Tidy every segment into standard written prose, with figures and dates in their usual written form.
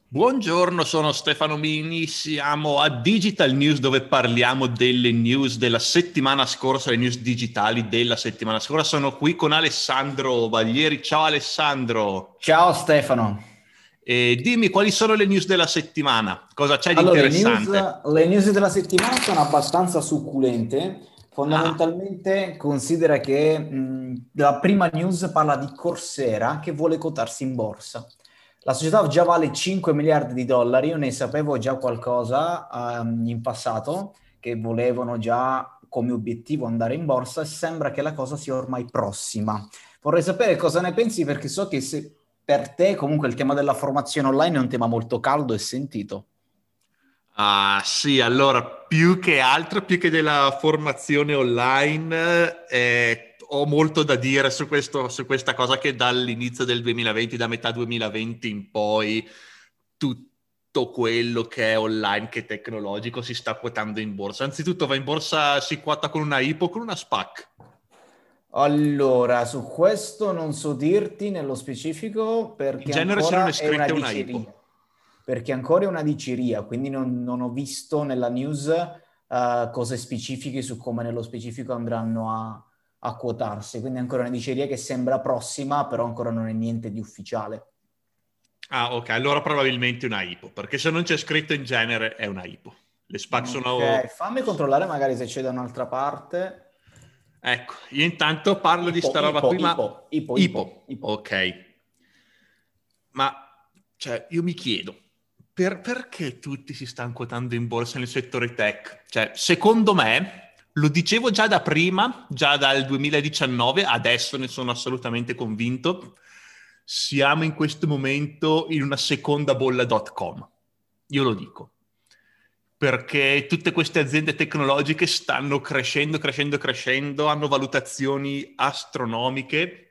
Buongiorno, sono Stefano Mini, siamo a Digital News dove parliamo delle news della settimana scorsa, le news digitali della settimana scorsa. Sono qui con Alessandro Baglieri. Ciao Alessandro, Ciao Stefano. e dimmi quali sono le news della settimana, cosa c'è di Allora, interessante? le news della settimana sono abbastanza succulente. Ah, Fondamentalmente considera che la prima news parla di Coursera che vuole quotarsi in borsa. La società già vale 5 miliardi di dollari, io ne sapevo già qualcosa in passato, che volevano già come obiettivo andare in borsa e sembra che la cosa sia ormai prossima. Vorrei sapere cosa ne pensi perché so che se per te comunque il tema della formazione online è un tema molto caldo e sentito. sì, allora più che altro, più che della formazione online, ho molto da dire su questa cosa che dall'inizio del 2020, da metà 2020 in poi, tutto quello che è online, che è tecnologico, si sta quotando in borsa. Anzitutto va in borsa, si quota con una IPO, con una SPAC. Allora, su questo non so dirti nello specifico In perché genere se non è ancora è una scritta è una diceria, IPO. perché ancora è una diceria, quindi non ho visto nella news cose specifiche su come nello specifico andranno a quotarsi, quindi è ancora una diceria che sembra prossima, però ancora non è niente di ufficiale. Ah, ok, allora probabilmente una IPO, perché se non c'è scritto in genere è una IPO. Le SPAC Ok, sono. fammi controllare magari se c'è da un'altra parte. Ecco, io intanto parlo di Ipo, sta roba Ipo, qui, Ipo, ma Ipo, Ipo, IPO, Ipo. ok. Ma, cioè, io mi chiedo, perché tutti si stanno quotando in borsa nel settore tech? Cioè, secondo me, lo dicevo già da prima, già dal 2019, adesso ne sono assolutamente convinto, siamo in questo momento in una seconda bolla.com. Io lo dico perché tutte queste aziende tecnologiche stanno crescendo, crescendo, crescendo, hanno valutazioni astronomiche,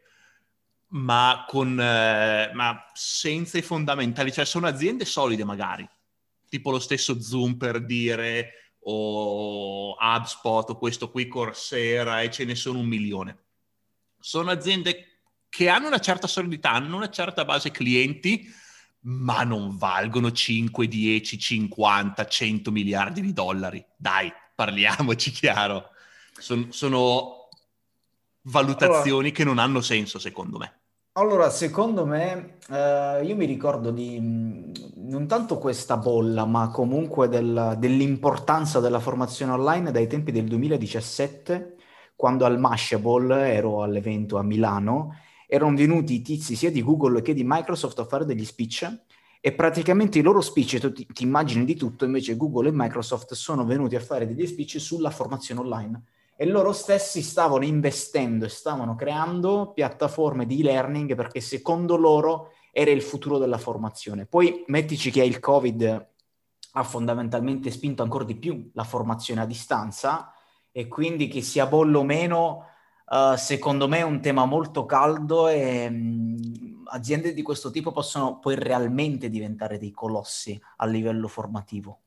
ma senza i fondamentali, cioè sono aziende solide magari, tipo lo stesso Zoom per dire, o HubSpot, o questo qui Coursera, e ce ne sono 1 milione. Sono aziende che hanno una certa solidità, hanno una certa base clienti, ma non valgono 5, 10, 50, 100 miliardi di dollari. Dai, parliamoci chiaro. Sono Allora, valutazioni che non hanno senso, secondo me. Secondo me, io mi ricordo di non tanto questa bolla, ma comunque dell'importanza della formazione online dai tempi del 2017, quando al Mashable, ero all'evento a Milano, erano venuti i tizi sia di Google che di Microsoft a fare degli speech e praticamente i loro speech, tu ti immagini di tutto, invece Google e Microsoft sono venuti a fare degli speech sulla formazione online e loro stessi stavano investendo e stavano creando piattaforme di e-learning perché secondo loro era il futuro della formazione. Poi mettici che il Covid ha fondamentalmente spinto ancora di più la formazione a distanza e quindi che sia bollo o meno, secondo me è un tema molto caldo e aziende di questo tipo possono poi realmente diventare dei colossi a livello formativo.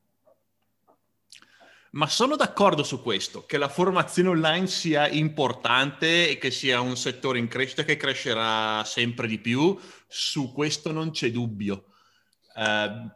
Ma sono d'accordo su questo, che la formazione online sia importante e che sia un settore in crescita che crescerà sempre di più. Su questo non c'è dubbio. Eh,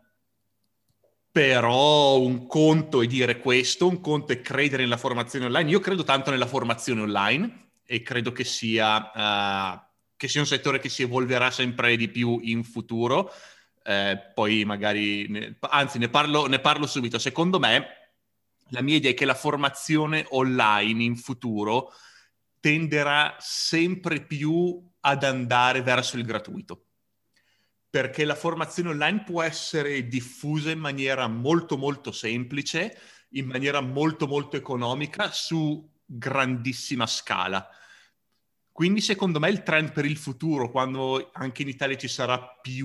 Però un conto è dire questo, un conto è credere nella formazione online. Io credo tanto nella formazione online e credo che sia un settore che si evolverà sempre di più in futuro. Poi magari, anzi, ne parlo subito. Secondo me, la mia idea è che la formazione online in futuro tenderà sempre più ad andare verso il gratuito perché la formazione online può essere diffusa in maniera molto molto semplice, in maniera molto molto economica, su grandissima scala. Quindi secondo me il trend per il futuro, quando anche in Italia ci sarà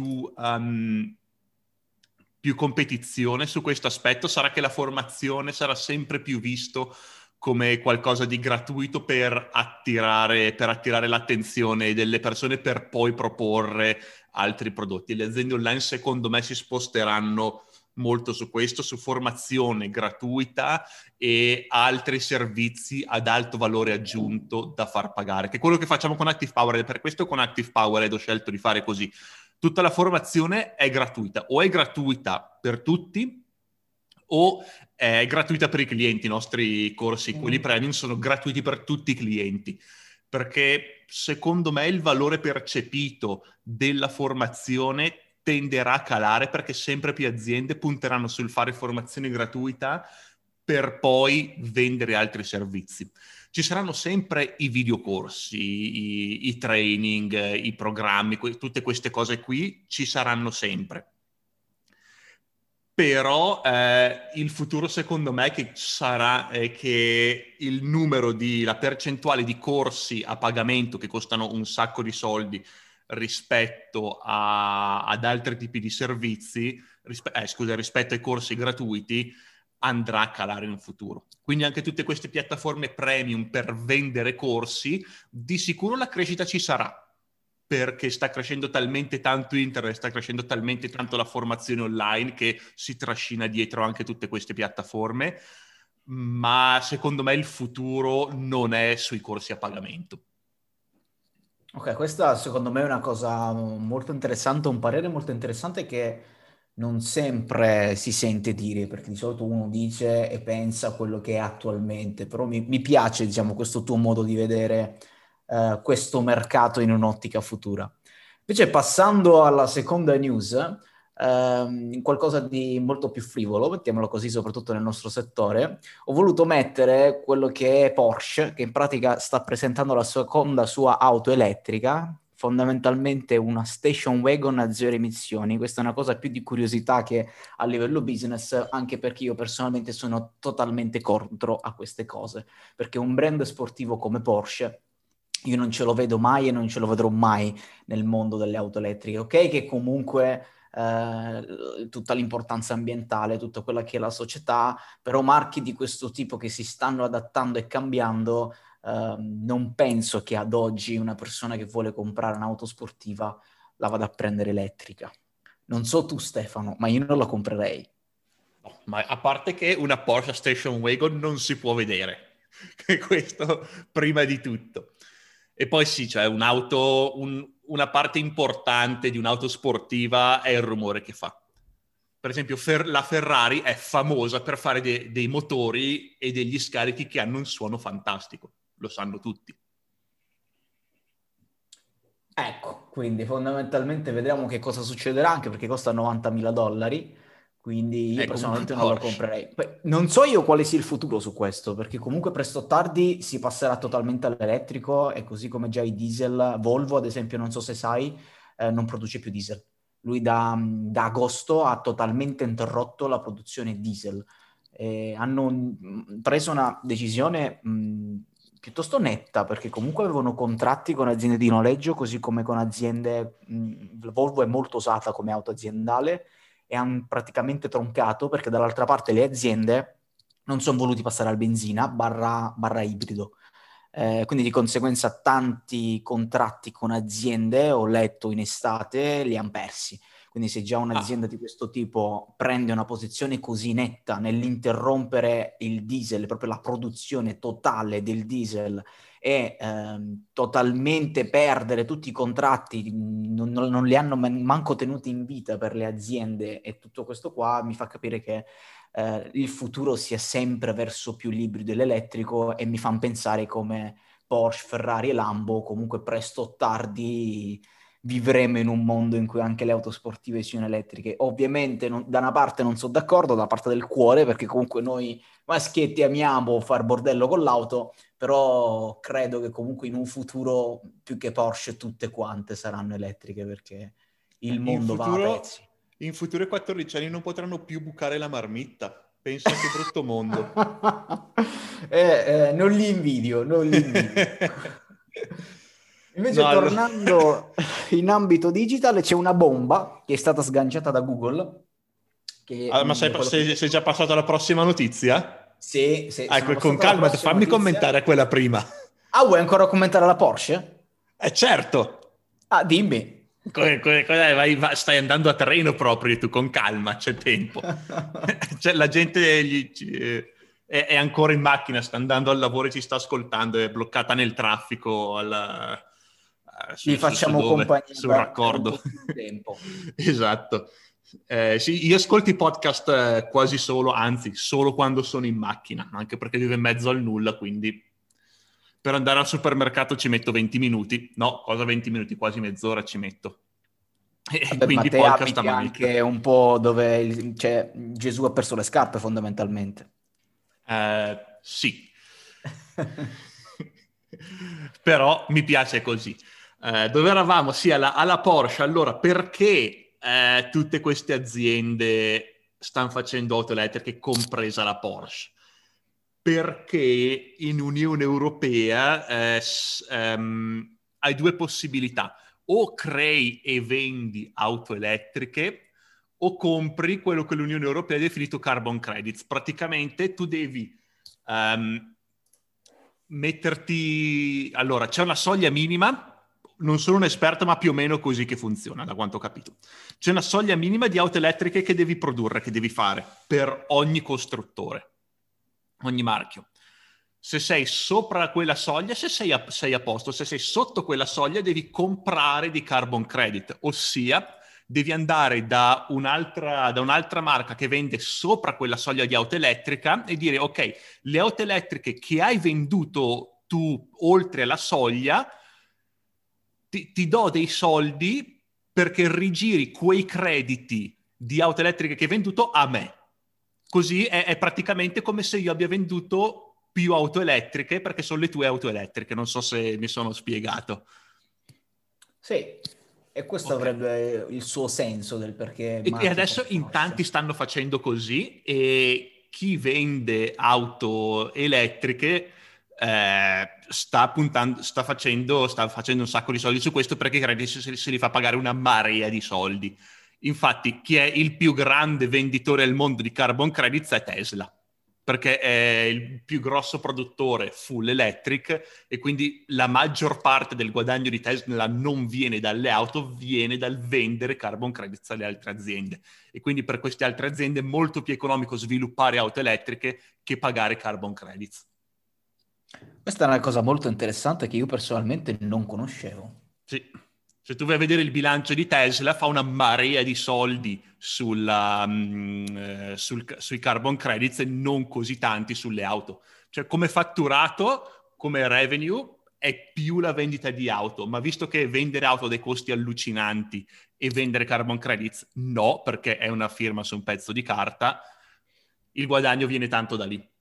più competizione su questo aspetto, sarà che la formazione sarà sempre più visto come qualcosa di gratuito per attirare l'attenzione delle persone per poi proporre altri prodotti. Le aziende online, secondo me, si sposteranno molto su questo, su formazione gratuita e altri servizi ad alto valore aggiunto da far pagare, che è quello che facciamo con Active Power ed è per questo con Active Power ho scelto di fare così. Tutta la formazione è gratuita, o è gratuita per tutti o è gratuita per i clienti. I nostri corsi, quelli premium, sono gratuiti per tutti i clienti, perché secondo me il valore percepito della formazione tenderà a calare, perché sempre più aziende punteranno sul fare formazione gratuita per poi vendere altri servizi. Ci saranno sempre i videocorsi, i training, i programmi, tutte queste cose qui ci saranno sempre. Però il futuro secondo me che sarà che il numero la percentuale di corsi a pagamento che costano un sacco di soldi rispetto ad altri tipi di servizi, rispetto ai corsi gratuiti, andrà a calare in futuro. Quindi anche tutte queste piattaforme premium per vendere corsi, di sicuro la crescita ci sarà, perché sta crescendo talmente tanto internet, sta crescendo talmente tanto la formazione online che si trascina dietro anche tutte queste piattaforme, ma secondo me il futuro non è sui corsi a pagamento. Ok, questa secondo me è una cosa molto interessante, un parere molto interessante che non sempre si sente dire, perché di solito uno dice e pensa a quello che è attualmente, però mi piace, diciamo, questo tuo modo di vedere questo mercato in un'ottica futura. Invece passando alla seconda news, in qualcosa di molto più frivolo, mettiamolo così, soprattutto nel nostro settore, ho voluto mettere quello che è Porsche, che in pratica sta presentando la seconda sua auto elettrica, fondamentalmente una station wagon a zero emissioni. Questa è una cosa più di curiosità che a livello business, anche perché io personalmente sono totalmente contro a queste cose, perché un brand sportivo come Porsche io non ce lo vedo mai e non ce lo vedrò mai nel mondo delle auto elettriche. Ok, che comunque tutta l'importanza ambientale, tutta quella che è la società, però marchi di questo tipo che si stanno adattando e cambiando, non penso che ad oggi una persona che vuole comprare un'auto sportiva la vada a prendere elettrica. Non so tu Stefano, ma io non la comprerei. No, ma a parte che una Porsche Station Wagon non si può vedere, questo prima di tutto. E poi sì, cioè una parte importante di un'auto sportiva è il rumore che fa. Per esempio, la Ferrari è famosa per fare dei motori e degli scarichi che hanno un suono fantastico, lo sanno tutti. Ecco, quindi fondamentalmente vedremo che cosa succederà, anche perché costa $90.000, quindi io È comunque personalmente non lo Porsche. comprerei. Poi, non so io quale sia il futuro su questo, perché comunque presto o tardi si passerà totalmente all'elettrico e così come già i diesel, Volvo ad esempio, non so se sai, non produce più diesel. Lui da agosto ha totalmente interrotto la produzione diesel. Hanno preso una decisione piuttosto netta, perché comunque avevano contratti con aziende di noleggio, così come con aziende, Volvo è molto usata come auto aziendale, e hanno praticamente troncato, perché dall'altra parte le aziende non sono voluti passare al benzina barra ibrido. Quindi di conseguenza tanti contratti con aziende, ho letto in estate, li hanno persi. Quindi se già un'azienda Ah, di questo tipo prende una posizione così netta nell'interrompere il diesel, proprio la produzione totale del diesel, e totalmente perdere tutti i contratti, non li hanno manco tenuti in vita per le aziende e tutto questo qua, mi fa capire che il futuro sia sempre verso più l'ibrido e l'elettrico, e mi fanno pensare come Porsche, Ferrari e Lambo comunque presto o tardi vivremo in un mondo in cui anche le auto sportive siano elettriche. Ovviamente da una parte non sono d'accordo, dalla parte del cuore, perché comunque noi maschietti amiamo far bordello con l'auto, però credo che comunque in un futuro più che Porsche tutte quante saranno elettriche, perché il in mondo va a pezzi. futuro i 14 anni non potranno più bucare la marmitta. Pensa che brutto mondo. Non li invidio, non li invidio. No, Invece, tornando in ambito digital, c'è una bomba che è stata sganciata da Google, che ma da quello che ho sei già letto, passato alla prossima notizia? se sono Ecco, con passato alla calma, prossima fammi notizia. commentare a quella prima. Ah, vuoi ancora commentare la Porsche? Certo. Ah, dimmi. Cos'è? Stai andando a treno proprio tu, con calma, c'è tempo. Cioè, la gente è ancora in macchina, sta andando al lavoro e ci sta ascoltando, è bloccata nel traffico Gli facciamo compagnia sul per raccordo. un po' più tempo. Esatto. Sì, io ascolto i podcast quasi solo, anzi, solo quando sono in macchina, anche perché vivo in mezzo al nulla, quindi per andare al supermercato ci metto 20 minuti. No, cosa 20 minuti? Quasi mezz'ora ci metto. E Vabbè, ma quindi te podcast a abiti manetta. anche un po' dove cioè, Gesù ha perso le scarpe fondamentalmente. Sì. Però mi piace così. Dove eravamo? Sì, alla Porsche. Allora, perché tutte queste aziende stanno facendo auto elettriche, compresa la Porsche? Perché in Unione Europea hai due possibilità: o crei e vendi auto elettriche o compri quello che l'Unione Europea ha definito carbon credits. Praticamente tu devi metterti... Allora, c'è una soglia minima, non sono un esperto, ma più o meno così che funziona, da quanto ho capito. C'è una soglia minima di auto elettriche che devi produrre, che devi fare per ogni costruttore, ogni marchio. Se sei sopra quella soglia, se sei a posto. Se sei sotto quella soglia, devi comprare di carbon credit, ossia devi andare da un'altra marca che vende sopra quella soglia di auto elettrica e dire: ok, le auto elettriche che hai venduto tu oltre la soglia, ti do dei soldi perché rigiri quei crediti di auto elettriche che hai venduto a me. Così è praticamente come se io abbia venduto più auto elettriche perché sono le tue auto elettriche. Non so se mi sono spiegato. Sì, e questo Ok. avrebbe il suo senso del perché E marchi adesso come in tanti Porsche. stanno facendo così, e chi vende auto elettriche sta facendo un sacco di soldi su questo, perché crede se li fa pagare una marea di soldi. Infatti, chi è il più grande venditore al mondo di carbon credits è Tesla, perché è il più grosso produttore full electric, e quindi la maggior parte del guadagno di Tesla non viene dalle auto, viene dal vendere carbon credits alle altre aziende. E quindi per queste altre aziende è molto più economico sviluppare auto elettriche che pagare carbon credits. Questa è una cosa molto interessante che io personalmente non conoscevo. Sì. Se tu vai a vedere il bilancio di Tesla, fa una marea di soldi sui carbon credits e non così tanti sulle auto. Cioè, come fatturato, come revenue, è più la vendita di auto, ma visto che vendere auto ha dei costi allucinanti e vendere carbon credits no, perché è una firma su un pezzo di carta, il guadagno viene tanto da lì.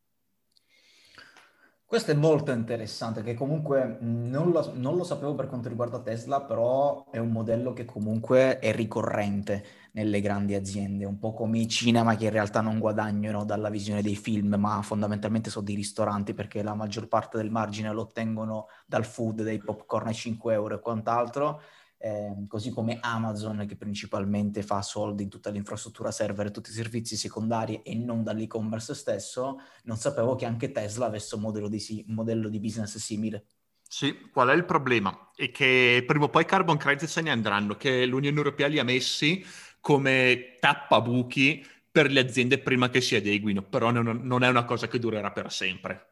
Questo è molto interessante, che comunque non lo sapevo per quanto riguarda Tesla, però è un modello che comunque è ricorrente nelle grandi aziende, un po' come i cinema che in realtà non guadagnano dalla visione dei film, ma fondamentalmente sono dei ristoranti perché la maggior parte del margine lo ottengono dal food, dai popcorn a 5 euro e quant'altro. Così come Amazon, che principalmente fa soldi in tutta l'infrastruttura server e tutti i servizi secondari e non dall'e-commerce stesso. Non sapevo che anche Tesla avesse un modello di business simile. Sì, qual è il problema? È che prima o poi i carbon credit se ne andranno, che l'Unione Europea li ha messi come tappabuchi per le aziende prima che si adeguino, però non è una cosa che durerà per sempre.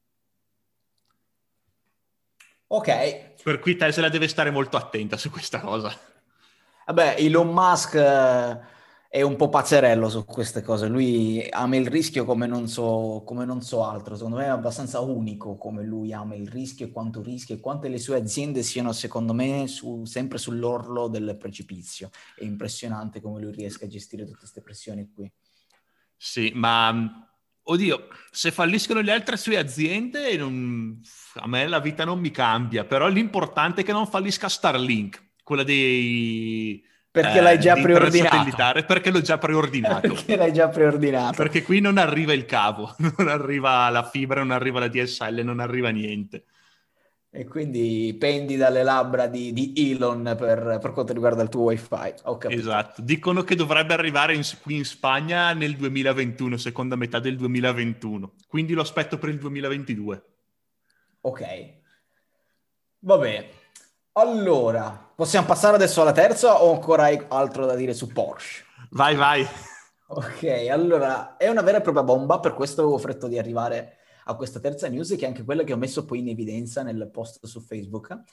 Ok, Per cui Tesla deve stare molto attenta su questa cosa. vabbè, Elon Musk è un po' pazzerello su queste cose. Lui ama il rischio come non so altro. Secondo me è abbastanza unico come lui ama il rischio e quante le sue aziende siano, secondo me, sempre sull'orlo del precipizio. È impressionante come lui riesca a gestire tutte queste pressioni qui. Sì, ma oddio, se falliscono le altre sue aziende, a me la vita non mi cambia, però l'importante è che non fallisca Starlink, quella Perché l'hai già di internet preordinato. satellitare, perché l'ho già preordinato. Perché l'hai già preordinato. Perché qui non arriva il cavo, non arriva la fibra, non arriva la DSL, non arriva niente. E quindi pendi dalle labbra di Elon per quanto riguarda il tuo wifi. Ho capito. Esatto. Dicono che dovrebbe arrivare qui in Spagna nel 2021, seconda metà del 2021. Quindi lo aspetto per il 2022. Ok. Vabbè. Allora, possiamo passare adesso alla terza o ancora hai altro da dire su Porsche? Vai, vai. Ok, allora è una vera e propria bomba, per questo avevo fretto di arrivare a questa terza news, che è anche quella che ho messo poi in evidenza nel post su Facebook.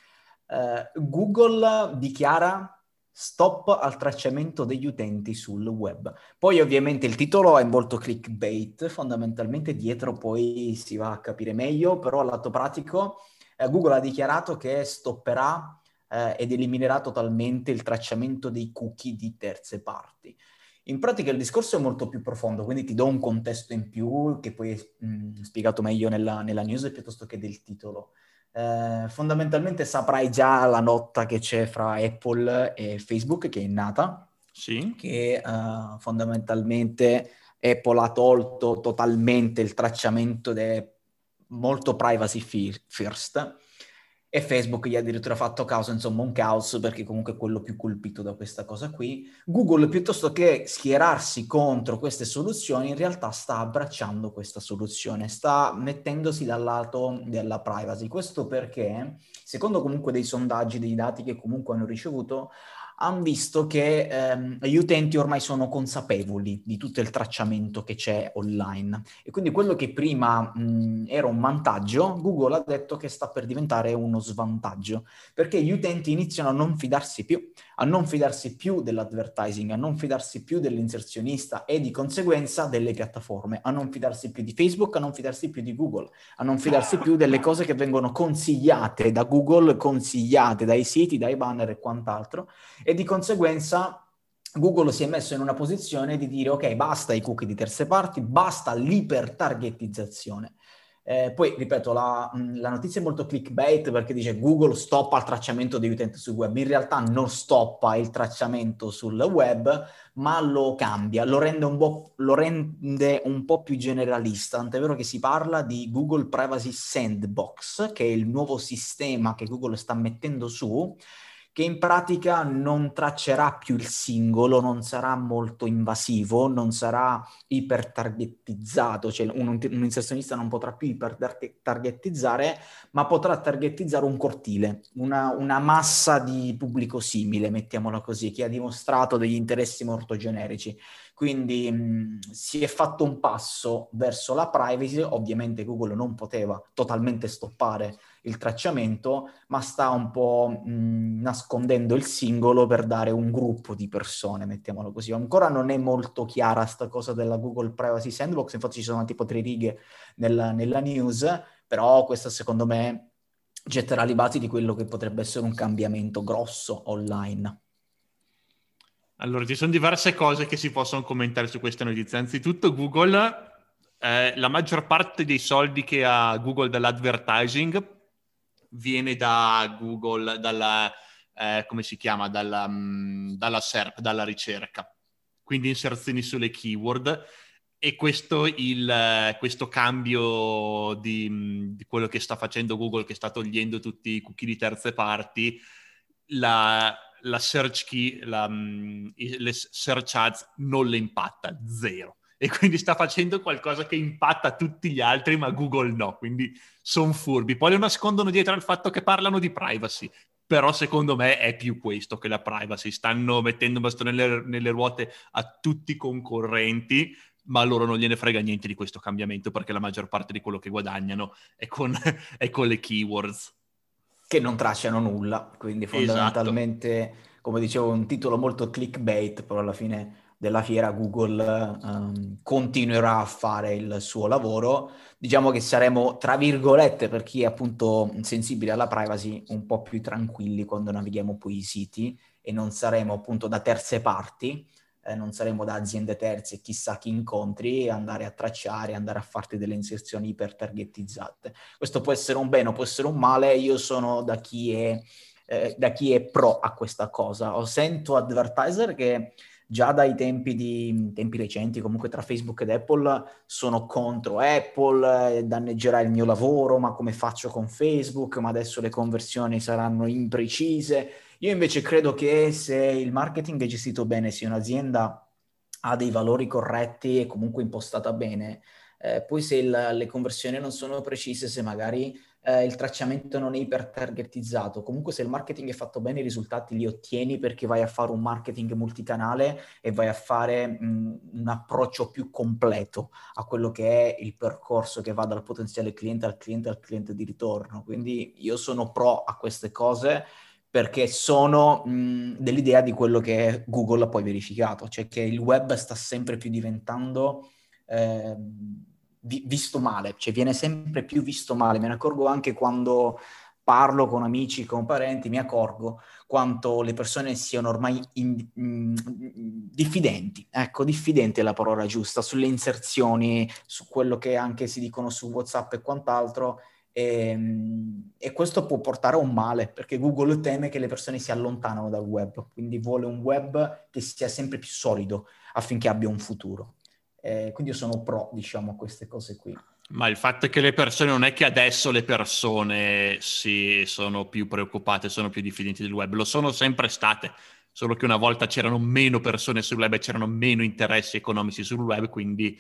Google dichiara stop al tracciamento degli utenti sul web. Poi ovviamente il titolo è molto clickbait, fondamentalmente dietro poi si va a capire meglio, però al lato pratico Google ha dichiarato che stopperà ed eliminerà totalmente il tracciamento dei cookie di terze parti. In pratica il discorso è molto più profondo, quindi ti do un contesto in più che poi è spiegato meglio nella news piuttosto che del titolo. Fondamentalmente saprai già la lotta che c'è fra Apple e Facebook, che è nata, Sì. che fondamentalmente Apple ha tolto totalmente il tracciamento molto privacy first, e Facebook gli ha addirittura fatto causa, insomma un caos, perché comunque è quello più colpito da questa cosa qui. Google, piuttosto che schierarsi contro queste soluzioni, in realtà sta abbracciando questa soluzione, sta mettendosi dal lato della privacy. Questo perché, secondo comunque dei sondaggi, dei dati che comunque hanno ricevuto, hanno visto che gli utenti ormai sono consapevoli di tutto il tracciamento che c'è online. E quindi quello che prima era un vantaggio, Google ha detto che sta per diventare uno svantaggio, perché gli utenti iniziano a non fidarsi più dell'advertising, a non fidarsi più dell'inserzionista e di conseguenza delle piattaforme, a non fidarsi più di Facebook, a non fidarsi più di Google, a non fidarsi più delle cose che vengono consigliate da Google, consigliate dai siti, dai banner e quant'altro, e di conseguenza Google si è messo in una posizione di dire ok, basta i cookie di terze parti, basta l'ipertargetizzazione. Poi, ripeto, la notizia è molto clickbait perché dice Google stoppa il tracciamento degli utenti sul web. In realtà non stoppa il tracciamento sul web, ma lo cambia, lo rende un po' più generalista. Tant'è vero che si parla di Google Privacy Sandbox, che è il nuovo sistema che Google sta mettendo su, che in pratica non traccerà più il singolo, non sarà molto invasivo, non sarà ipertargetizzato, cioè un inserzionista non potrà più ipertargetizzare, ma potrà targetizzare un cortile, una massa di pubblico simile, mettiamola così, che ha dimostrato degli interessi molto generici. Quindi si è fatto un passo verso la privacy. Ovviamente Google non poteva totalmente stoppare il tracciamento, ma sta un po' nascondendo il singolo per dare un gruppo di persone, mettiamolo così. Ancora non è molto chiara sta cosa della Google Privacy Sandbox, infatti ci sono tipo 3 righe nella news, però questa secondo me getterà le basi di quello che potrebbe essere un cambiamento grosso online. Allora, ci sono diverse cose che si possono commentare su questa notizia. Anzitutto, Google, la maggior parte dei soldi che ha Google dall'advertising viene da Google, come si chiama, dalla SERP, dalla ricerca. Quindi inserzioni sulle keyword. E questo cambio di quello che sta facendo Google, che sta togliendo tutti i cookie di terze parti, la search key, le search ads non le impatta, zero. E quindi sta facendo qualcosa che impatta tutti gli altri, ma Google no. Quindi sono furbi. Poi lo nascondono dietro al fatto che parlano di privacy. Però secondo me è più questo che la privacy. Stanno mettendo bastone nelle ruote a tutti i concorrenti, ma a loro non gliene frega niente di questo cambiamento, perché la maggior parte di quello che guadagnano è con, è con le keywords. Che non tracciano nulla, quindi Esatto. fondamentalmente, come dicevo, un titolo molto clickbait, però alla fine della fiera Google continuerà a fare il suo lavoro. Diciamo che saremo, tra virgolette, per chi è appunto sensibile alla privacy, un po' più tranquilli quando navighiamo poi i siti e non saremo appunto da terze parti, non saremo da aziende terze, chissà chi incontri, andare a tracciare, andare a farti delle inserzioni iper-targetizzate. Questo può essere un bene o può essere un male. Io sono da chi è pro a questa cosa. Ho sento advertiser che già dai tempi recenti, comunque tra Facebook ed Apple, sono contro Apple, danneggerà il mio lavoro, ma come faccio con Facebook? Ma adesso le conversioni saranno imprecise. Io invece credo che se il marketing è gestito bene, se un'azienda ha dei valori corretti e comunque impostata bene, poi se le conversioni non sono precise, se magari il tracciamento non è iper-targetizzato. Comunque se il marketing è fatto bene, i risultati li ottieni perché vai a fare un marketing multicanale e vai a fare un approccio più completo a quello che è il percorso che va dal potenziale cliente al cliente al cliente di ritorno. Quindi io sono pro a queste cose perché sono dell'idea di quello che Google ha poi verificato, cioè che il web sta sempre più diventando visto male, cioè viene sempre più visto male. Me ne accorgo anche quando parlo con amici, con parenti, mi accorgo quanto le persone siano ormai diffidenti, ecco, diffidenti è la parola giusta, sulle inserzioni, su quello che anche si dicono su WhatsApp e quant'altro, e questo può portare a un male, perché Google teme che le persone si allontanano dal web, quindi vuole un web che sia sempre più solido affinché abbia un futuro. Quindi io sono pro, diciamo, a queste cose qui. Ma il fatto è che le persone, non è che adesso le persone si sono più preoccupate, sono più diffidenti del web, lo sono sempre state, solo che una volta c'erano meno persone sul web e c'erano meno interessi economici sul web, quindi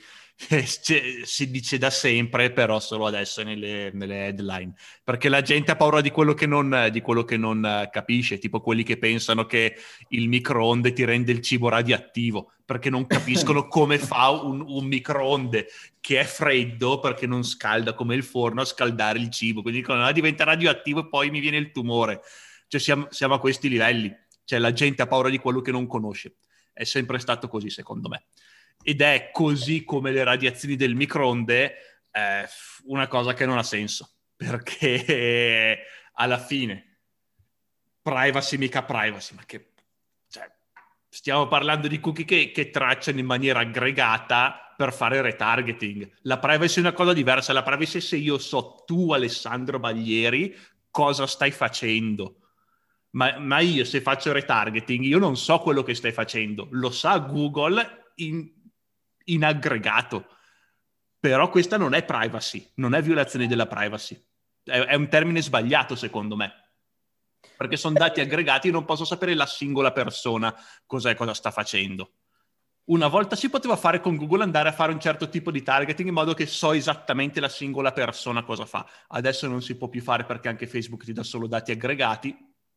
si dice da sempre, però solo adesso nelle headline, perché la gente ha paura di quello che non capisce, tipo quelli che pensano che il microonde ti rende il cibo radioattivo, perché non capiscono come fa un microonde che è freddo perché non scalda come il forno a scaldare il cibo, quindi dicono diventa radioattivo e poi mi viene il tumore. Cioè siamo a questi livelli, cioè la gente ha paura di quello che non conosce, è sempre stato così secondo me, ed è così come le radiazioni del microonde, una cosa che non ha senso, perché alla fine privacy mica privacy, ma che, cioè, stiamo parlando di cookie che tracciano in maniera aggregata per fare retargeting. La privacy è una cosa diversa. La privacy è se io so tu, Alessandro Baglieri, cosa stai facendo. Ma io se faccio retargeting, io non so quello che stai facendo. Lo sa Google in aggregato. Però questa non è privacy, non è violazione della privacy. È un termine sbagliato, secondo me. Perché sono dati aggregati e non posso sapere la singola persona cosa sta facendo. Una volta si poteva fare con Google, andare a fare un certo tipo di targeting in modo che so esattamente la singola persona cosa fa. Adesso non si può più fare perché anche Facebook ti dà solo dati aggregati.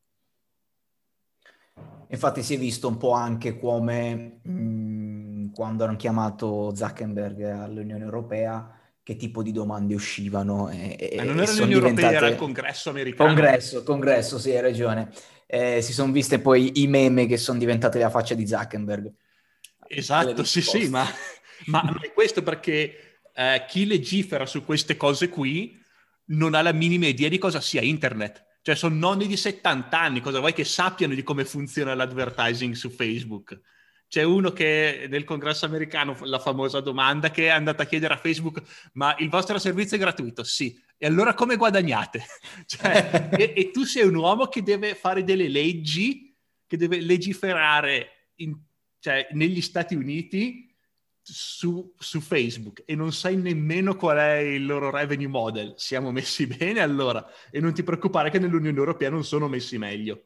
Infatti si è visto un po' anche come quando hanno chiamato Zuckerberg all'Unione Europea, che tipo di domande uscivano Non e era sono l'Unione Europea, era il diventate... congresso americano. Congresso, sì, hai ragione. Si sono viste poi i meme che sono diventate la faccia di Zuckerberg. Delle Esatto, sì, risposte. ma è questo perché chi legifera su queste cose qui non ha la minima idea di cosa sia internet. Cioè, sono nonni di 70 anni, cosa vuoi che sappiano di come funziona l'advertising su Facebook? C'è uno che nel congresso americano, la famosa domanda che è andata a chiedere a Facebook, ma il vostro servizio è gratuito? Sì. E allora come guadagnate? Cioè, e tu sei un uomo che deve fare delle leggi, che deve legiferare cioè, negli Stati Uniti su Facebook e non sai nemmeno qual è il loro revenue model. Siamo messi bene allora, e non ti preoccupare che nell'Unione Europea non sono messi meglio.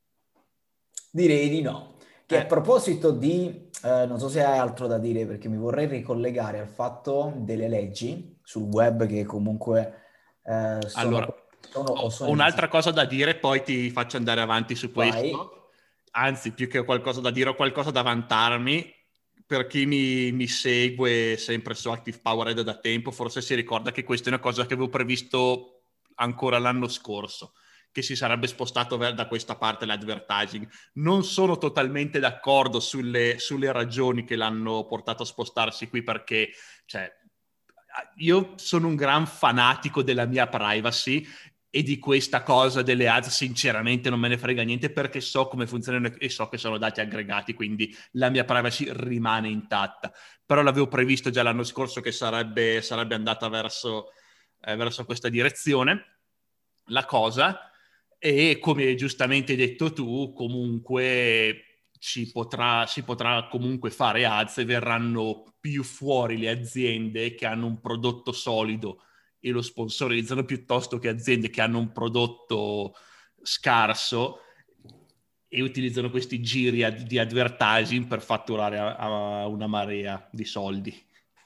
Direi di no. Che a Eh, proposito di, non so se hai altro da dire, perché mi vorrei ricollegare al fatto delle leggi sul web che comunque sono, allora, sono o ho sono un'altra iniziative. cosa da dire, poi ti faccio andare avanti su Vai. questo. Anzi, più che qualcosa da dire, ho qualcosa da vantarmi. Per chi mi segue sempre su Active Powered da tempo, forse si ricorda che questa è una cosa che avevo previsto ancora l'anno scorso, che si sarebbe spostato da questa parte l'advertising. Non sono totalmente d'accordo sulle ragioni che l'hanno portato a spostarsi qui, perché cioè, io sono un gran fanatico della mia privacy e di questa cosa delle ads sinceramente non me ne frega niente, perché so come funzionano e so che sono dati aggregati, quindi la mia privacy rimane intatta. Però l'avevo previsto già l'anno scorso che sarebbe andata verso questa direzione la cosa, e come giustamente hai detto tu, comunque si potrà comunque fare ads e verranno più fuori le aziende che hanno un prodotto solido e lo sponsorizzano, piuttosto che aziende che hanno un prodotto scarso e utilizzano questi giri di advertising per fatturare a una marea di soldi.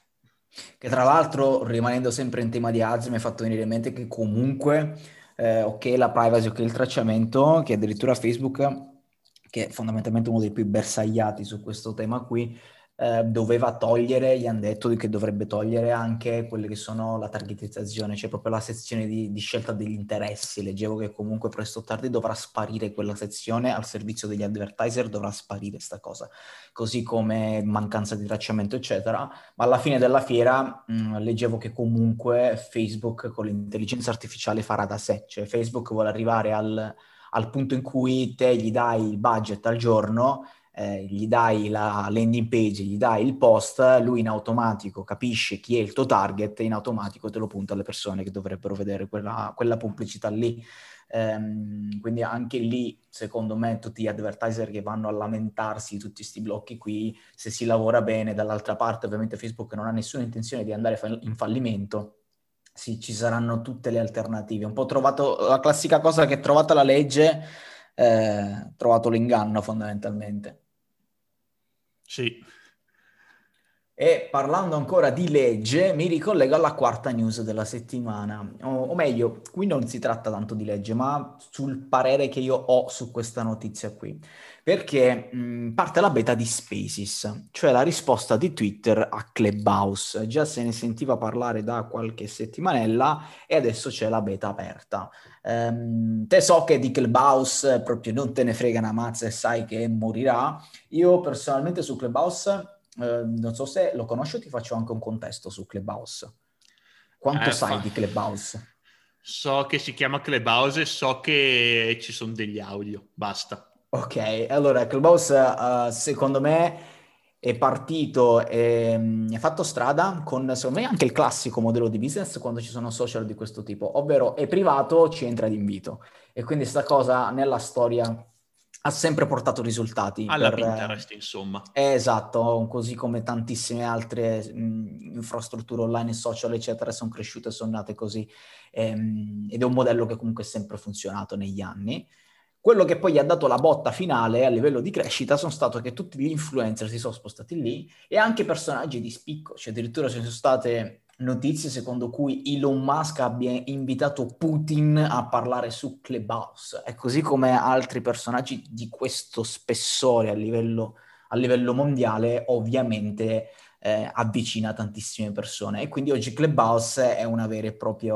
Che tra l'altro, rimanendo sempre in tema di ads, mi ha fatto venire in mente che comunque, ok, la privacy, ok, il tracciamento, che addirittura Facebook, che è fondamentalmente uno dei più bersagliati su questo tema qui, doveva togliere, gli hanno detto che dovrebbe togliere anche quelle che sono la targetizzazione, cioè proprio la sezione di scelta degli interessi. Leggevo che comunque presto o tardi dovrà sparire quella sezione al servizio degli advertiser, dovrà sparire sta cosa, così come mancanza di tracciamento, eccetera. Ma alla fine della fiera leggevo che comunque Facebook con l'intelligenza artificiale farà da sé, cioè Facebook vuole arrivare al punto in cui te gli dai il budget al giorno, gli dai la landing page, gli dai il post, lui in automatico capisce chi è il tuo target e in automatico te lo punta alle persone che dovrebbero vedere quella pubblicità lì. Quindi anche lì, secondo me, tutti gli advertiser che vanno a lamentarsi di tutti questi blocchi qui, se si lavora bene, dall'altra parte ovviamente Facebook non ha nessuna intenzione di andare in fallimento. Sì, ci saranno tutte le alternative. Un po' trovato la classica cosa che trovata la legge, trovato l'inganno fondamentalmente. Sì. E parlando ancora di legge, mi ricollego alla quarta news della settimana, o meglio, qui non si tratta tanto di legge, ma sul parere che io ho su questa notizia qui, perché parte la beta di Spaces, cioè la risposta di Twitter a Clubhouse. Già se ne sentiva parlare da qualche settimanella e adesso c'è la beta aperta. Te so che di Clubhouse proprio non te ne frega una mazza e sai che morirà. Io personalmente su Clubhouse non so se lo conosci o ti faccio anche un contesto su Clubhouse. Quanto Eh, sai fa- di Clubhouse? So che si chiama Clubhouse e so che ci sono degli audio, basta. Ok, allora Clubhouse secondo me è partito e ha fatto strada con secondo me anche il classico modello di business quando ci sono social di questo tipo, ovvero è privato, ci entra d'invito. E quindi sta cosa nella storia ha sempre portato risultati Alla per, Pinterest, insomma. esatto, così come tantissime altre infrastrutture online e social, eccetera, sono cresciute e sono nate così. Ed è un modello che comunque è sempre funzionato negli anni. Quello che poi gli ha dato la botta finale a livello di crescita sono stato che tutti gli influencer si sono spostati lì e anche personaggi di spicco, cioè addirittura ci sono state notizie secondo cui Elon Musk abbia invitato Putin a parlare su Clubhouse e così come altri personaggi di questo spessore a livello mondiale ovviamente avvicina tantissime persone e quindi oggi Clubhouse è una vera e propria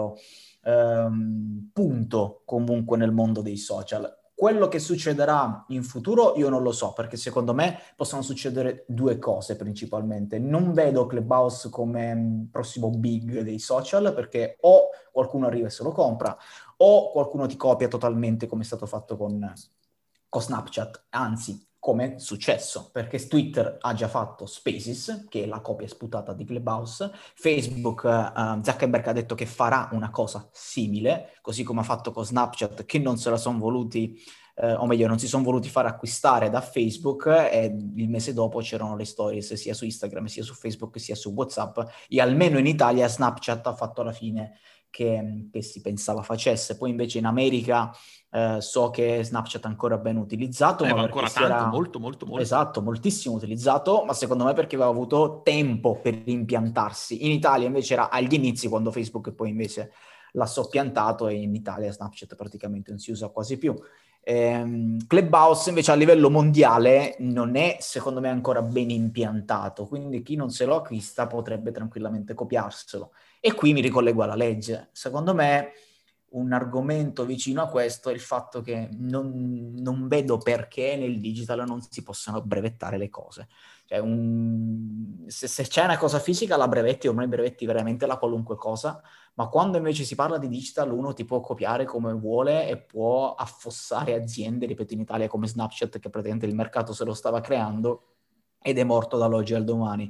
punto comunque nel mondo dei social. Quello che succederà in futuro io non lo so, perché secondo me possono succedere due cose principalmente. Non vedo Clubhouse come prossimo big dei social, perché o qualcuno arriva e se lo compra, o qualcuno ti copia totalmente come è stato fatto con Snapchat, anzi come è successo, perché Twitter ha già fatto Spaces, che è la copia sputata di Clubhouse, Facebook, Zuckerberg ha detto che farà una cosa simile, così come ha fatto con Snapchat, che non se la sono voluti, o meglio, non si sono voluti fare acquistare da Facebook e il mese dopo c'erano le stories sia su Instagram, sia su Facebook, sia su WhatsApp e almeno in Italia Snapchat ha fatto la fine che si pensava facesse. Poi invece in America so che Snapchat è ancora ben utilizzato, ma Va perché ancora si tanto, era, molto, molto, molto. esatto, moltissimo utilizzato, ma secondo me perché aveva avuto tempo per impiantarsi. In Italia invece era agli inizi quando Facebook poi invece l'ha soppiantato e in Italia Snapchat praticamente non si usa quasi più. Clubhouse invece a livello mondiale non è secondo me ancora ben impiantato, quindi chi non se lo acquista potrebbe tranquillamente copiarselo. E qui mi ricollego alla legge. Secondo me un argomento vicino a questo è il fatto che non vedo perché nel digital non si possano brevettare le cose. Cioè se c'è una cosa fisica la brevetti, ormai brevetti veramente la qualunque cosa, ma quando invece si parla di digital uno ti può copiare come vuole e può affossare aziende, ripeto in Italia come Snapchat che praticamente il mercato se lo stava creando ed è morto dall'oggi al domani.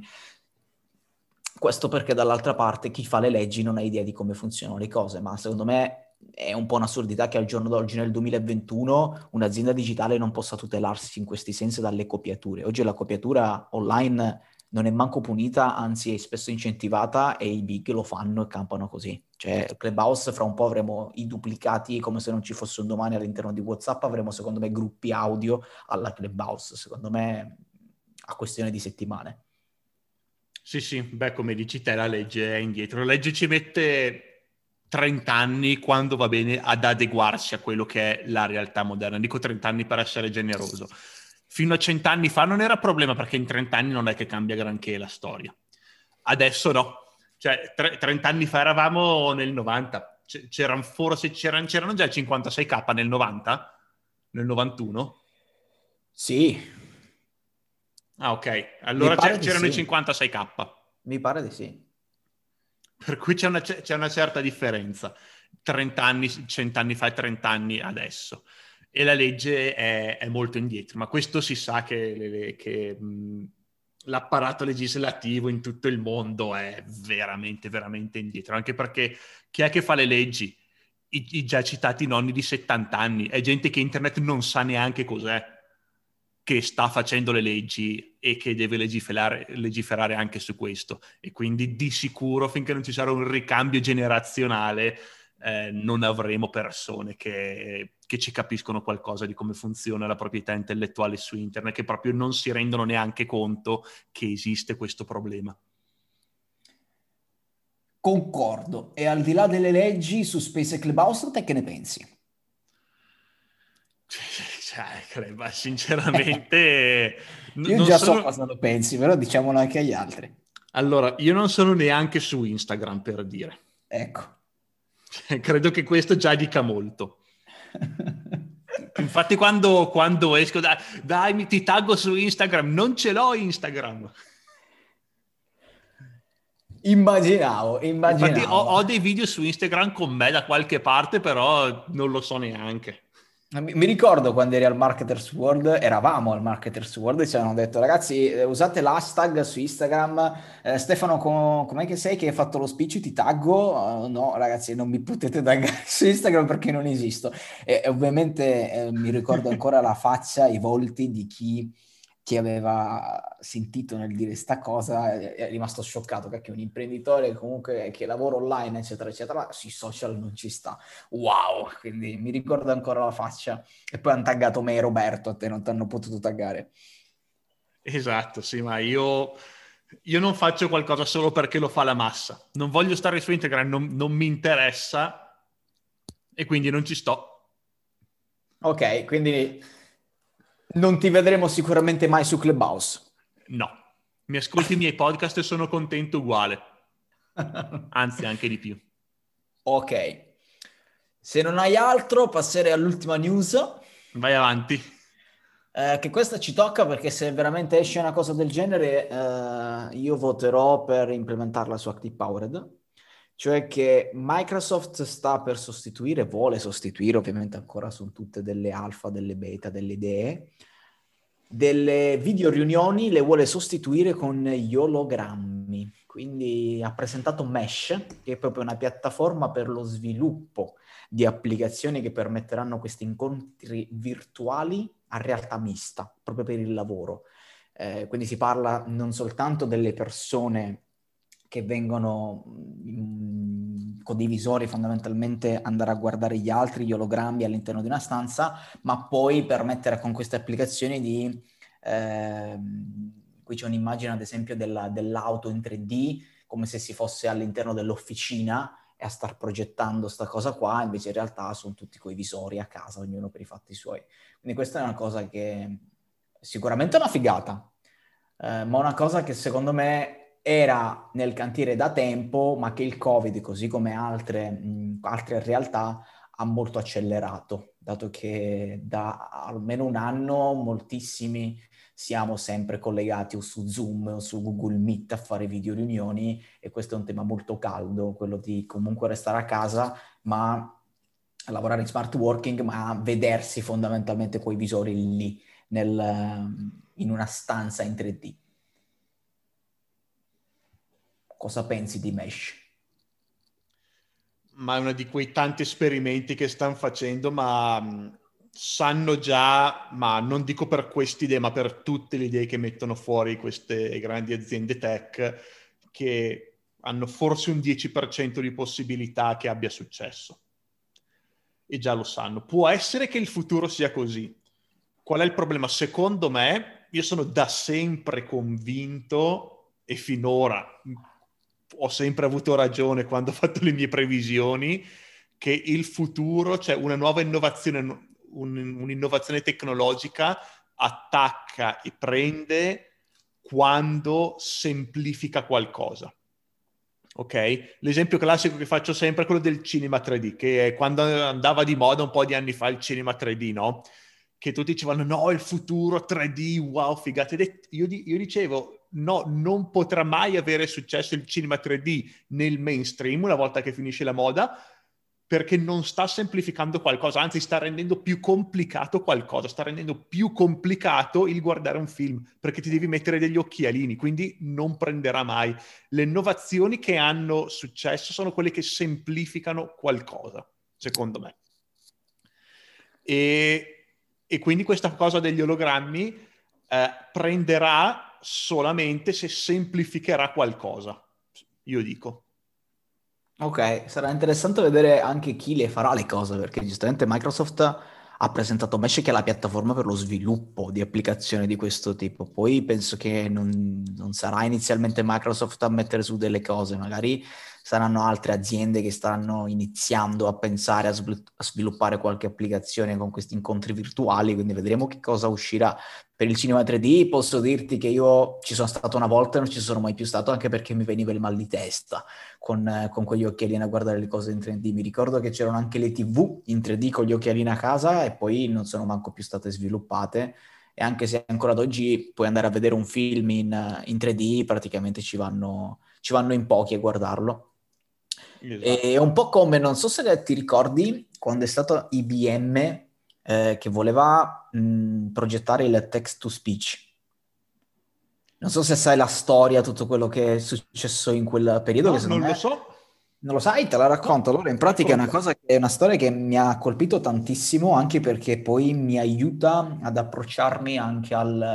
Questo perché dall'altra parte chi fa le leggi non ha idea di come funzionano le cose, ma secondo me è un po' un'assurdità che al giorno d'oggi, nel 2021, un'azienda digitale non possa tutelarsi in questi sensi dalle copiature. Oggi la copiatura online non è manco punita, anzi è spesso incentivata e i big lo fanno e campano così. Cioè, Clubhouse fra un po' avremo i duplicati come se non ci fosse un domani all'interno di WhatsApp, avremo secondo me gruppi audio alla Clubhouse, secondo me a questione di settimane. Sì, sì, beh, come dici te, la legge è indietro. La legge ci mette 30 anni, quando va bene, ad adeguarsi a quello che è la realtà moderna. Dico 30 anni per essere generoso. Fino a 100 anni fa non era problema, perché in 30 anni non è che cambia granché la storia. Adesso no. Cioè, 30 anni fa eravamo nel 90. C'erano già 56K nel 90? Nel 91? Sì, Ah, ok. mi Allora pare di c'erano i sì, 56K. mi pare di sì. Per cui c'è una certa differenza. 30 anni, 100 anni fa e 30 anni adesso. E la legge è molto indietro, ma questo si sa che l'apparato legislativo in tutto il mondo è veramente, veramente indietro, anche perché chi è che fa le leggi? I già citati nonni di 70 anni, è gente che internet non sa neanche cos'è, che sta facendo le leggi e che deve legiferare anche su questo. E quindi di sicuro, finché non ci sarà un ricambio generazionale, non avremo persone che ci capiscono qualcosa di come funziona la proprietà intellettuale su internet, che proprio non si rendono neanche conto che esiste questo problema. Concordo. E al di là delle leggi su Space e Clubhouse, te che ne pensi? Cioè, sinceramente, Io non già so sono... cosa lo pensi, però diciamolo anche agli altri. Allora, io non sono neanche su Instagram, per dire. Ecco. Credo che questo già dica molto. Infatti quando esco, dai, ti taggo su Instagram, non ce l'ho Instagram. Immaginavo, Infatti immaginavo. ho dei video su Instagram con me da qualche parte, però non lo so neanche. Mi ricordo quando eri al Marketers World, eravamo al Marketers World e ci hanno detto ragazzi usate l'hashtag su Instagram, Stefano com'è che sei che hai fatto lo speech, ti taggo? No ragazzi non mi potete taggare su Instagram perché non esisto e ovviamente mi ricordo ancora la faccia, i volti di chi aveva sentito nel dire sta cosa, è rimasto scioccato perché un imprenditore comunque che lavora online eccetera eccetera sui social non ci sta. Wow, quindi mi ricordo ancora la faccia. E poi hanno taggato me e Roberto, a te non ti hanno potuto taggare. Esatto, sì, ma io non faccio qualcosa solo perché lo fa la massa. Non voglio stare su Instagram, non mi interessa e quindi non ci sto. Ok, quindi non ti vedremo sicuramente mai su Clubhouse. No, mi ascolti i miei podcast e sono contento uguale, anzi anche di più. Ok, se non hai altro passerei all'ultima news, Vai avanti. che questa ci tocca perché se veramente esce una cosa del genere, io voterò per implementarla su Active Powered. Cioè che Microsoft sta per sostituire, vuole sostituire, ovviamente ancora sono tutte delle alfa, delle beta, delle idee, delle video riunioni le vuole sostituire con gli ologrammi. Quindi ha presentato Mesh, che è proprio una piattaforma per lo sviluppo di applicazioni che permetteranno questi incontri virtuali a realtà mista, proprio per il lavoro. Quindi si parla non soltanto delle persone che vengono con dei visori fondamentalmente andare a guardare gli altri, gli ologrammi all'interno di una stanza, ma poi permettere con queste applicazioni di... qui c'è un'immagine ad esempio dell'auto in 3D, come se si fosse all'interno dell'officina e a star progettando sta cosa qua, invece in realtà sono tutti coi visori a casa, ognuno per i fatti suoi. Quindi questa è una cosa che sicuramente è una figata, ma una cosa che secondo me era nel cantiere da tempo, ma che il Covid, così come altre realtà, ha molto accelerato, dato che da almeno un anno moltissimi siamo sempre collegati o su Zoom o su Google Meet a fare video riunioni e questo è un tema molto caldo, quello di comunque restare a casa, ma lavorare in smart working, ma vedersi fondamentalmente coi visori lì in una stanza in 3D. Cosa pensi di Mesh? Ma è uno di quei tanti esperimenti che stanno facendo, ma sanno già, ma non dico per queste idee, ma per tutte le idee che mettono fuori queste grandi aziende tech, che hanno forse un 10% di possibilità che abbia successo. E già lo sanno. Può essere che il futuro sia così. Qual è il problema? Secondo me, io sono da sempre convinto e finora ho sempre avuto ragione quando ho fatto le mie previsioni, che il futuro, cioè una nuova innovazione, un'innovazione tecnologica attacca e prende quando semplifica qualcosa. Ok? L'esempio classico che faccio sempre è quello del cinema 3D, che è quando andava di moda un po' di anni fa il cinema 3D, no? Che tutti dicevano no, il futuro 3D, wow, figate. Io dicevo no, non potrà mai avere successo il cinema 3D nel mainstream una volta che finisce la moda, perché non sta semplificando qualcosa, anzi sta rendendo più complicato qualcosa, sta rendendo più complicato il guardare un film, perché ti devi mettere degli occhialini, quindi non prenderà mai. Le innovazioni che hanno successo sono quelle che semplificano qualcosa, secondo me. E quindi questa cosa degli ologrammi prenderà solamente se semplificherà qualcosa, io dico. Ok, sarà interessante vedere anche chi le farà le cose, perché giustamente Microsoft ha presentato Mesh che è la piattaforma per lo sviluppo di applicazioni di questo tipo. Poi penso che non sarà inizialmente Microsoft a mettere su delle cose, magari saranno altre aziende che stanno iniziando a pensare a sviluppare qualche applicazione con questi incontri virtuali, quindi vedremo che cosa uscirà. Per il cinema 3D posso dirti che io ci sono stato una volta e non ci sono mai più stato, anche perché mi veniva il mal di testa con quegli occhialini a guardare le cose in 3D. Mi ricordo che c'erano anche le TV in 3D con gli occhialini a casa e poi non sono manco più state sviluppate. E anche se ancora ad oggi puoi andare a vedere un film in 3D, praticamente ci vanno in pochi a guardarlo. Esatto. È un po' come, non so se ti ricordi, quando è stato IBM che voleva progettare il text-to-speech. Non so se sai la storia, tutto quello che è successo in quel periodo, che No, secondo non lo me so. non lo sai, te la racconto. No, Allora, in pratica racconta. è una storia che mi ha colpito tantissimo, anche perché poi mi aiuta ad approcciarmi anche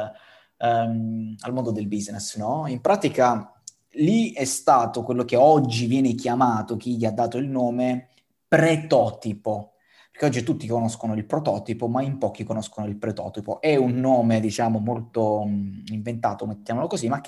al mondo del business, no? In pratica, lì è stato quello che oggi viene chiamato, chi gli ha dato il nome, pretotipo. Perché oggi tutti conoscono il prototipo, ma in pochi conoscono il pretotipo. È un nome, diciamo, molto inventato, mettiamolo così, ma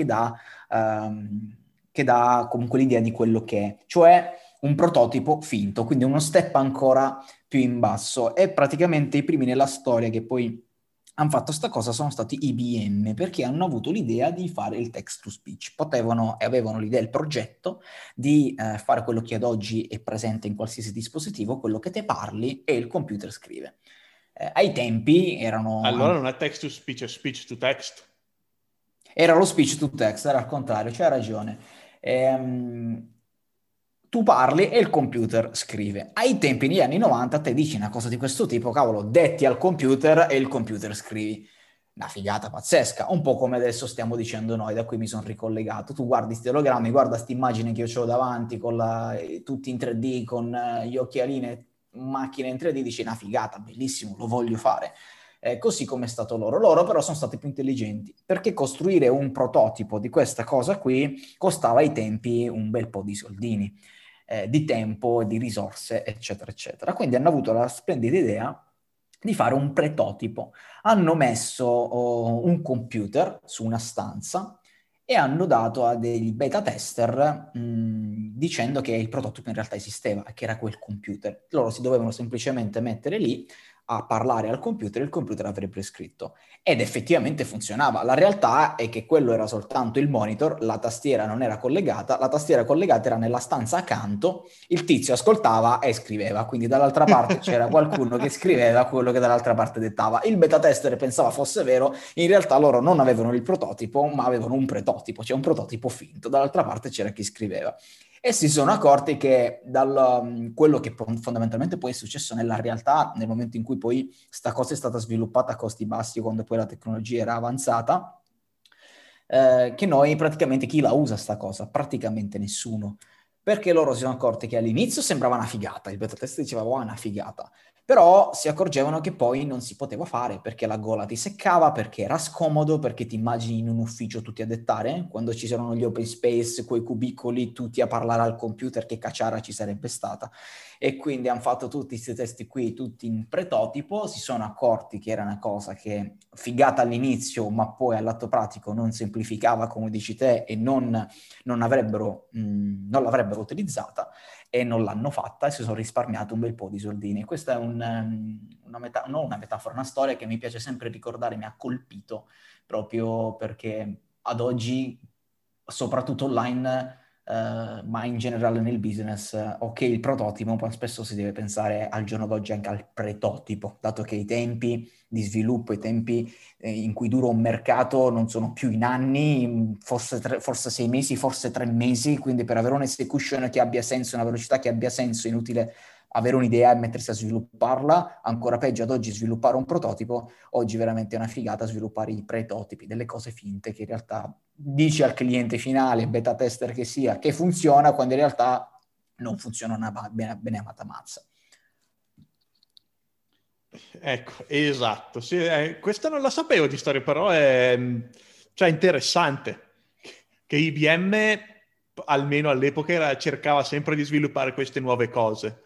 che dà comunque l'idea di quello che è, cioè un prototipo finto, quindi uno step ancora più in basso. E praticamente i primi nella storia che poi hanno fatto sta cosa sono stati IBM, perché hanno avuto l'idea di fare il text to speech. Potevano e avevano l'idea, il progetto di fare quello che ad oggi è presente in qualsiasi dispositivo, quello che te parli e il computer scrive. Ai tempi Allora non è text to speech, è speech to text. era lo speech to text, era al contrario, c'hai ragione. Ehm, Tu parli e il computer scrive. Ai tempi, negli anni 90, te dici una cosa di questo tipo, cavolo, detti al computer e il computer scrivi. Una figata pazzesca, un po' come adesso stiamo dicendo noi, da cui mi sono ricollegato. Tu guardi sti ologrammi, guarda questa immagine che io ho davanti, tutti in 3D, con gli occhialine, macchine in 3D, dici una figata, bellissimo, lo voglio fare. Così come è stato loro. Loro però sono stati più intelligenti, perché costruire un prototipo di questa cosa qui costava ai tempi un bel po' di soldini, di tempo, di risorse, eccetera, eccetera. Quindi hanno avuto la splendida idea di fare un prototipo. Hanno messo un computer su una stanza e hanno dato a dei beta tester dicendo che il prototipo in realtà esisteva e che era quel computer. Loro si dovevano semplicemente mettere lì a parlare al computer e il computer avrebbe scritto. Ed effettivamente funzionava. La realtà è che quello era soltanto il monitor, la tastiera non era collegata, la tastiera collegata era nella stanza accanto, il tizio ascoltava e scriveva, quindi dall'altra parte c'era qualcuno che scriveva quello che dall'altra parte dettava. Il beta tester pensava fosse vero, in realtà loro non avevano il prototipo, ma avevano un pretotipo, cioè un prototipo finto, dall'altra parte c'era chi scriveva. E si sono accorti che quello che fondamentalmente poi è successo nella realtà, nel momento in cui poi sta cosa è stata sviluppata a costi bassi, quando poi la tecnologia era avanzata, che noi praticamente chi la usa sta cosa? Praticamente nessuno. Perché loro si sono accorti che all'inizio sembrava una figata, il beta test diceva, wow, è una figata. Però si accorgevano che poi non si poteva fare perché la gola ti seccava, perché era scomodo, perché ti immagini in un ufficio tutti a dettare, quando ci sono gli open space, quei cubicoli, tutti a parlare al computer, che cacciara ci sarebbe stata. E quindi hanno fatto tutti questi testi qui, tutti in prototipo, si sono accorti che era una cosa che figata all'inizio, ma poi all'atto pratico non semplificava, come dici te, e non l'avrebbero utilizzata e non l'hanno fatta e si sono risparmiato un bel po' di soldini. Questa è non una metafora, una storia che mi piace sempre ricordare, mi ha colpito proprio perché ad oggi, soprattutto online, ma in generale nel business, ok, il prototipo, ma spesso si deve pensare al giorno d'oggi anche al pretotipo, dato che i tempi di sviluppo, i tempi in cui dura un mercato non sono più in anni, forse 6 mesi, forse 3 mesi, quindi per avere un'execution che abbia senso, una velocità che abbia senso, è inutile avere un'idea e mettersi a svilupparla, ancora peggio ad oggi sviluppare un prototipo, oggi veramente è una figata sviluppare i prototipi, delle cose finte che in realtà dici al cliente finale, beta tester che sia, che funziona, quando in realtà non funziona una bene amata mazza. Ecco, esatto. Sì, questa non la sapevo di storia, però è cioè, interessante che IBM, almeno all'epoca, cercava sempre di sviluppare queste nuove cose.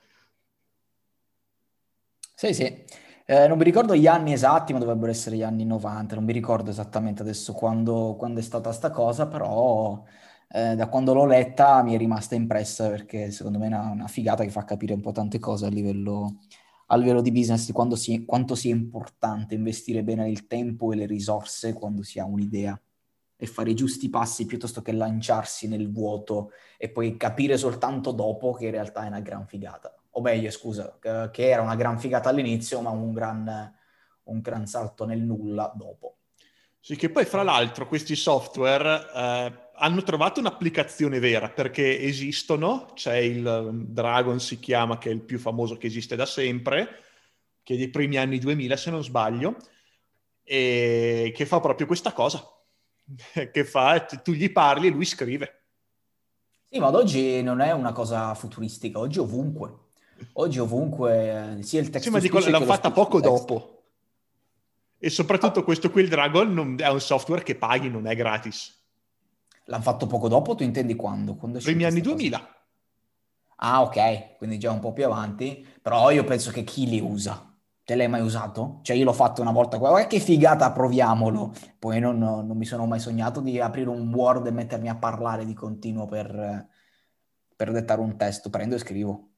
Sì, sì. Non mi ricordo gli anni esatti, ma dovrebbero essere gli anni 90, non mi ricordo esattamente adesso quando è stata sta cosa, però da quando l'ho letta mi è rimasta impressa perché secondo me è una figata che fa capire un po' tante cose a livello di business, di quanto sia importante investire bene il tempo e le risorse quando si ha un'idea e fare i giusti passi piuttosto che lanciarsi nel vuoto e poi capire soltanto dopo che in realtà è una gran figata. O meglio, scusa, che era una gran figata all'inizio, ma un gran salto nel nulla dopo. Sì, che poi fra l'altro questi software hanno trovato un'applicazione vera perché esistono, c'è il Dragon si chiama, che è il più famoso che esiste da sempre, che è dei primi anni 2000 se non sbaglio, e che fa proprio questa cosa, che fa, tu gli parli e lui scrive. Sì, ma ad oggi non è una cosa futuristica, oggi ovunque. Oggi ovunque, sia il Sì, text ma to dico, speech che l'hanno lo fatta speech to poco text. dopo. E soprattutto questo qui, il Dragon, è un software che paghi, non è gratis. L'hanno fatto poco dopo, tu intendi quando? Quando è Primi uscita anni sta cosa? 2000. Ah, ok, quindi già un po' più avanti, però io penso che chi li usa? Te l'hai mai usato? Cioè io l'ho fatto una volta, guarda che figata, proviamolo. Poi non mi sono mai sognato di aprire un Word e mettermi a parlare di continuo per dettare un testo, prendo e scrivo.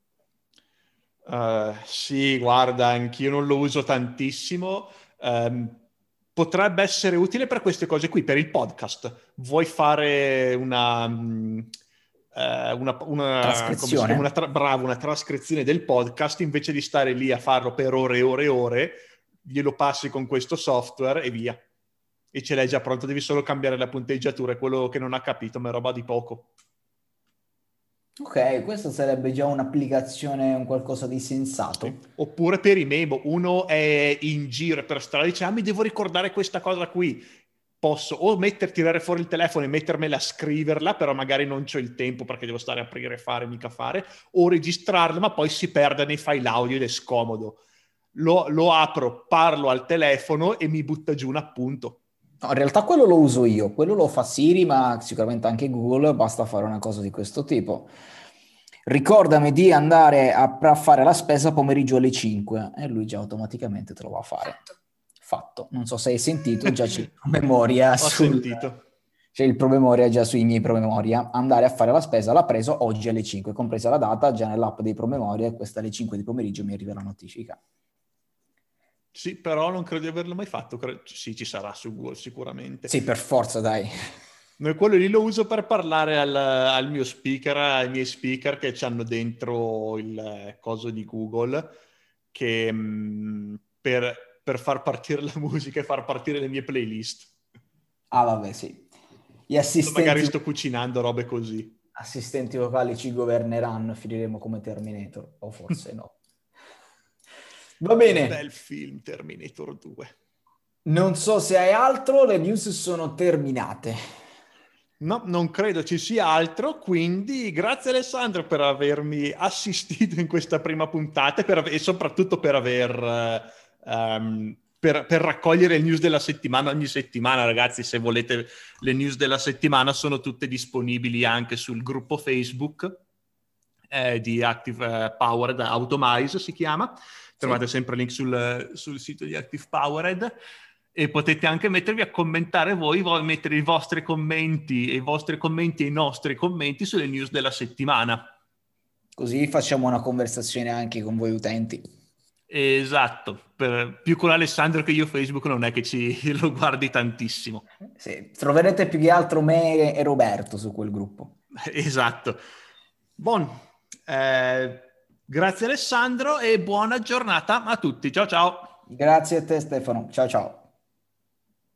Sì, guarda, anch'io non lo uso tantissimo. Ehm, Potrebbe essere utile per queste cose qui, per il podcast. Vuoi fare come si chiama? Trascrizione? Bravo, una trascrizione del podcast, invece di stare lì a farlo per ore e ore e ore, glielo passi con questo software e via. E ce l'hai già pronto, devi solo cambiare la punteggiatura, è quello che non ha capito, ma è roba di poco. Ok, questa sarebbe già un'applicazione, un qualcosa di Sì. sensato. Oppure per i memo, uno è in giro per strada e dice, ah, mi devo ricordare questa cosa qui. Posso o tirare fuori il telefono e mettermela a scriverla, però magari non c'ho il tempo perché devo stare a aprire e fare, mica fare, o registrarla, ma poi si perde nei file audio ed è scomodo. Lo apro, parlo al telefono e mi butta giù un appunto. No, in realtà quello lo uso io, quello lo fa Siri, ma sicuramente anche Google, basta fare una cosa di questo tipo. Ricordami di andare a fare la spesa pomeriggio alle 5 e lui già automaticamente te lo va a fare. Fatto. Non so se hai sentito, già c'è il promemoria Ho sentito. c'è il promemoria già sui miei promemoria. Andare a fare la spesa l'ha preso oggi alle 5, compresa la data, già nell'app dei promemoria e questa alle 5 di pomeriggio mi arriva la notifica. Sì, però non credo di averlo mai fatto. Sì, ci sarà su Google sicuramente. Sì, per forza, dai. Noi quello lì lo uso per parlare al mio speaker, ai miei speaker che hanno dentro il coso di Google, che per far partire la musica e far partire le mie playlist. Ah, vabbè, sì. Gli Quando magari assistenti sto cucinando, robe così. assistenti vocali ci governeranno, finiremo come Terminator, o forse no. Va bene, Bel film Terminator 2. non so se hai altro, le news sono terminate. No, non credo ci sia altro, quindi grazie Alessandro per avermi assistito in questa prima puntata e soprattutto per per raccogliere il news della settimana ogni settimana. Ragazzi, se volete le news della settimana sono tutte disponibili anche sul gruppo Facebook di Active Powered, Automize si chiama. Trovate sempre il link sul sito di Active Powered. E potete anche mettervi a commentare voi mettere i vostri commenti e i nostri commenti sulle news della settimana. Così facciamo una conversazione anche con voi utenti. Esatto, più con Alessandro che io Facebook non è che lo guardi tantissimo. Sì, troverete più che altro me e Roberto su quel gruppo. Esatto. Grazie Alessandro e buona giornata a tutti. Ciao ciao. Grazie a te Stefano, ciao ciao.